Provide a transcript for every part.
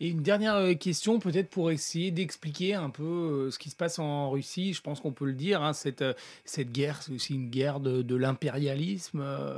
Et une dernière question, peut-être pour essayer d'expliquer un peu ce qui se passe en Russie. Je pense qu'on peut le dire, hein, cette guerre, c'est aussi une guerre de l'impérialisme.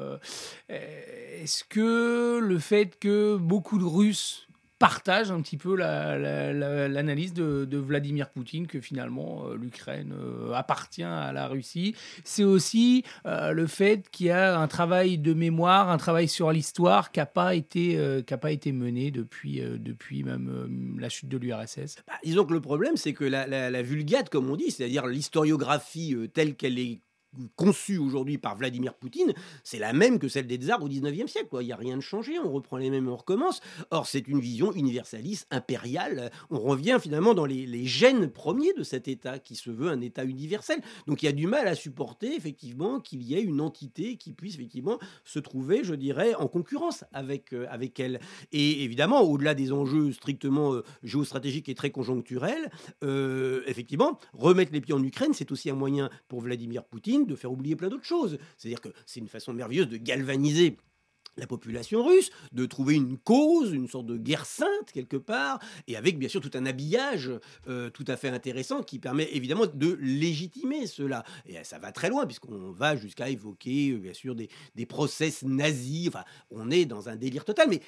Est-ce que le fait que beaucoup de Russes partagent un petit peu l'analyse de Vladimir Poutine, que finalement l'Ukraine appartient à la Russie, c'est aussi le fait qu'il y a un travail de mémoire, un travail sur l'histoire qui a pas été mené depuis même la chute de l'URSS. Bah, disons que le problème, c'est que la Vulgate, comme on dit, c'est-à-dire l'historiographie telle qu'elle est conçue aujourd'hui par Vladimir Poutine, c'est la même que celle des tsars au 19e siècle, quoi. Il y a rien de changé, on reprend les mêmes et on recommence. Or, c'est une vision universaliste, impériale. On revient finalement dans les gènes premiers de cet État qui se veut un État universel. Donc, il y a du mal à supporter effectivement qu'il y ait une entité qui puisse effectivement se trouver, je dirais, en concurrence avec elle. Et évidemment, au-delà des enjeux strictement géostratégiques et très conjoncturels, effectivement, remettre les pieds en Ukraine, c'est aussi un moyen pour Vladimir Poutine de faire oublier plein d'autres choses. C'est-à-dire que c'est une façon merveilleuse de galvaniser la population russe, de trouver une cause, une sorte de guerre sainte quelque part, et avec bien sûr tout un habillage tout à fait intéressant qui permet évidemment de légitimer cela. Et ça va très loin puisqu'on va jusqu'à évoquer bien sûr des process nazis, enfin on est dans un délire total, mais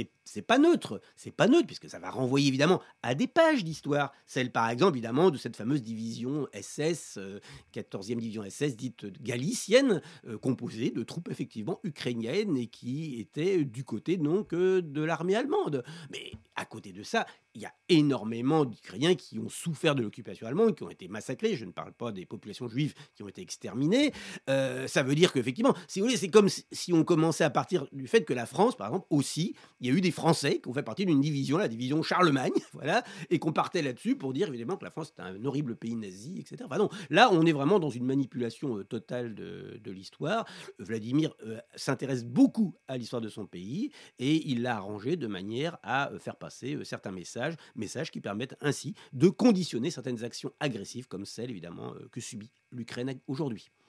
c'est pas neutre puisque ça va renvoyer évidemment à des pages d'histoire, celle par exemple évidemment de cette fameuse division SS, 14e division SS dite galicienne, composée de troupes effectivement ukrainiennes et qui étaient du côté donc de l'armée allemande. Mais à côté de ça, il y a énormément d'Ukrainiens qui ont souffert de l'occupation allemande, qui ont été massacrés. Je ne parle pas des populations juives qui ont été exterminées. Ça veut dire qu'effectivement, si vous voulez, c'est comme si on commençait à partir du fait que la France, par exemple, aussi, il y a eu des Français qui ont fait partie d'une division, la division Charlemagne, voilà, et qu'on partait là-dessus pour dire évidemment que la France était un horrible pays nazi, etc. Enfin non, là, on est vraiment dans une manipulation totale de l'histoire. Vladimir s'intéresse beaucoup à l'histoire de son pays et il l'a arrangé de manière à faire passer certains messages qui permettent ainsi de conditionner certaines actions agressives comme celle évidemment que subit l'Ukraine aujourd'hui.